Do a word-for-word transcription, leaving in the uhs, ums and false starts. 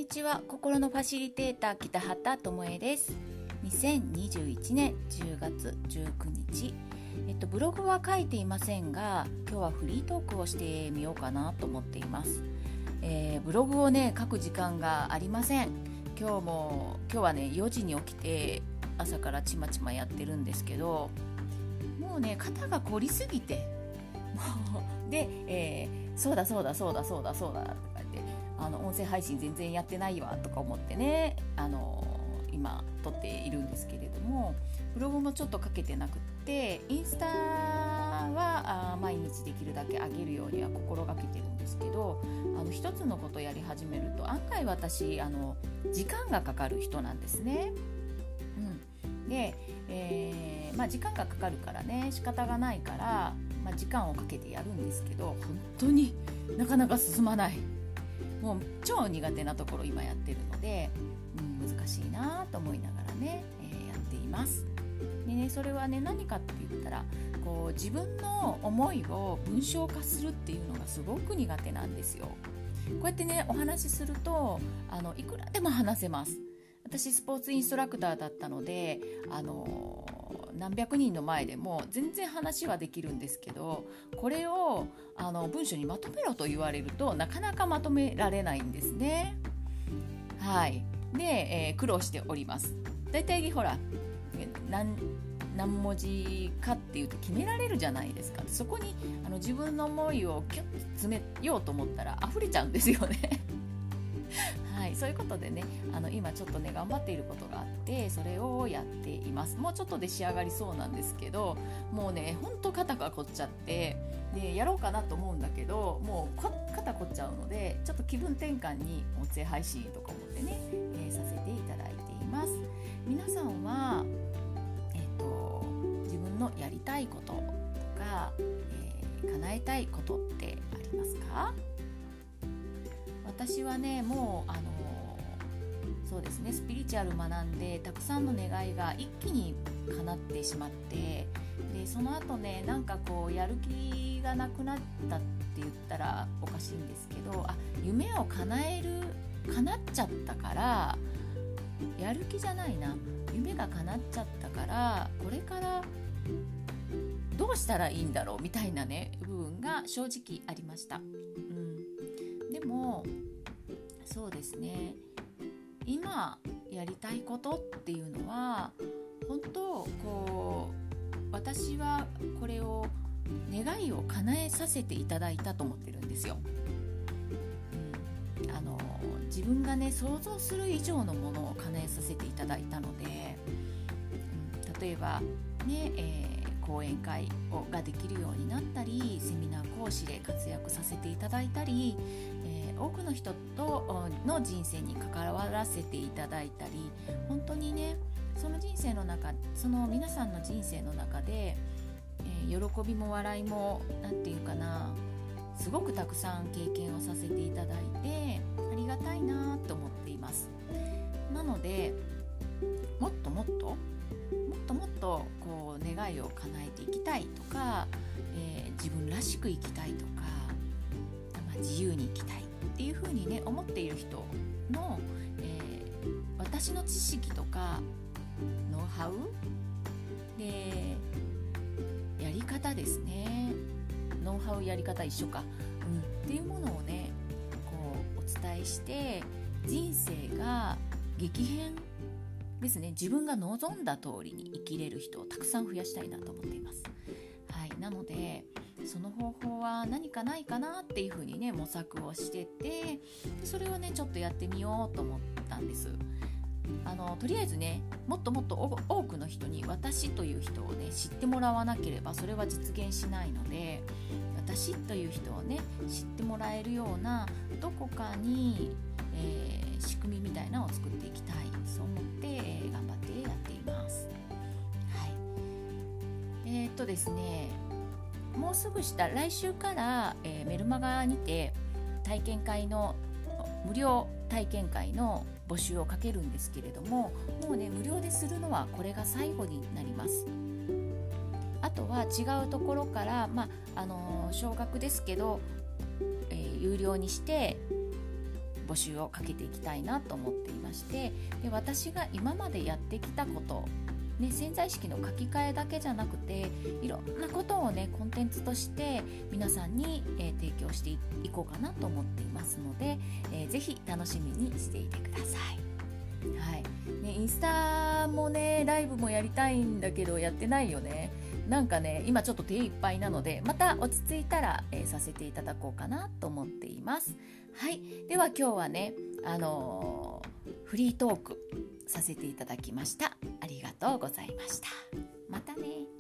ちは。心のファシリテーター北畑智恵です。にせんにじゅういちねんじゅうがつじゅうくにち、えっと、ブログは書いていませんが、今日はフリートークをしてみようかなと思っています。えー、ブログをね書く時間がありません。今日も今日はねよじに起きて朝からちまちまやってるんですけど、もうね肩が凝りすぎてもうで、えー、そうだそうだそうだそうだそうだとか言ってあの音声配信全然やってないわとか思ってね、あのー、今撮っているんですけれども、ブログもちょっと書けてなくって、インスタはあ毎日できるだけ上げるようには心がけてるんですけど、あの一つのことをやり始めると案外私あの時間がかかる人なんですね。うん、で、えーまあ、時間がかかるからね仕方がないから、まあ、時間をかけてやるんですけど、本当になかなか進まない。もう超苦手なところ今やってるので、うん、難しいなと思いながらね、えー、やっています。でね、それはね何かって言ったら、こう自分の思いを文章化するっていうのがすごく苦手なんですよ。こうやってねお話しするとあのいくらでも話せます。私スポーツインストラクターだったので、あの何百人の前でも全然話はできるんですけど、これをあの文章にまとめろと言われるとなかなかまとめられないんですね。はいで、えー、苦労しております。だいたいほら何何文字かっていうと決められるじゃないですか。そこにあの自分の思いをキュッと詰めようと思ったら溢れちゃうんですよねはい、そういうことでね、あの今ちょっとね頑張っていることがあって、それをやっています。もうちょっとで仕上がりそうなんですけど、もうねほんと肩が凝っちゃって、でやろうかなと思うんだけど、もう肩凝っちゃうので、ちょっと気分転換に音声配信とか思ってね、えー、させていただいています。皆さんは、えーと、自分のやりたいこととか、えー、叶えたいことってありますか？私はねもうあのそうですねスピリチュアル学んでたくさんの願いが一気に叶ってしまって、でその後ねなんかこうやる気がなくなったって言ったらおかしいんですけど、あ夢を叶える叶っちゃったからやる気じゃないな夢が叶っちゃったからこれからどうしたらいいんだろうみたいなね部分が正直ありました。うん、でもそうですね、今やりたいことっていうのは本当こう私はこれを願いを叶えさせていただいたと思ってるんですよ。うん、あの自分がね想像する以上のものを叶えさせていただいたので、うん、例えばね、えー、講演会をができるようになったり、セミナー講師で活躍させていただいたり、えー、多くの人との人生に関わらせていただいたり、本当にねその人生の中、その皆さんの人生の中で、えー、喜びも笑いもなんていうかな、すごくたくさん経験をさせていただいてありがたいなと思っています。なのでもっともっともっともっとこう願いを叶えていきたいとか、えー、自分らしく生きたいとか、まあ、自由に生きたいっていう風にね思っている人の、えー、私の知識とかノウハウでやり方ですね、ノウハウやり方一緒か、うん、っていうものをねこうお伝えして、人生が激変ですね、自分が望んだ通りに生きれる人をたくさん増やしたいなと思っています。はい、なのでその方法は何かないかなっていうふうにね模索をしてて、それをねちょっとやってみようと思ったんです。あのとりあえずねもっともっと多くの人に私という人をね知ってもらわなければそれは実現しないので、私という人をね知ってもらえるようなどこかに、えー、仕組みみたいなのを作っていきたい、そう思って、えー、頑張ってやっています。はい、えー、っとですねもうすぐした来週から、えー、メルマガにて体験会の無料体験会の募集をかけるんですけれども、もうね無料でするのはこれが最後になります。あとは違うところから、まああのー、少額ですけど、えー、有料にして募集をかけていきたいなと思っていまして、で私が今までやってきたことね、潜在意識の書き換えだけじゃなくていろんなことをねコンテンツとして皆さんに、えー、提供していこうかなと思っていますので、えー、ぜひ楽しみにしていてください。はいね、インスタもねライブもやりたいんだけどやってないよね。なんかね今ちょっと手いっぱいなのでまた落ち着いたら、えー、させていただこうかなと思っています。はい、では今日はね、あのー、フリートークさせていただきました。ありがとうございました。またね。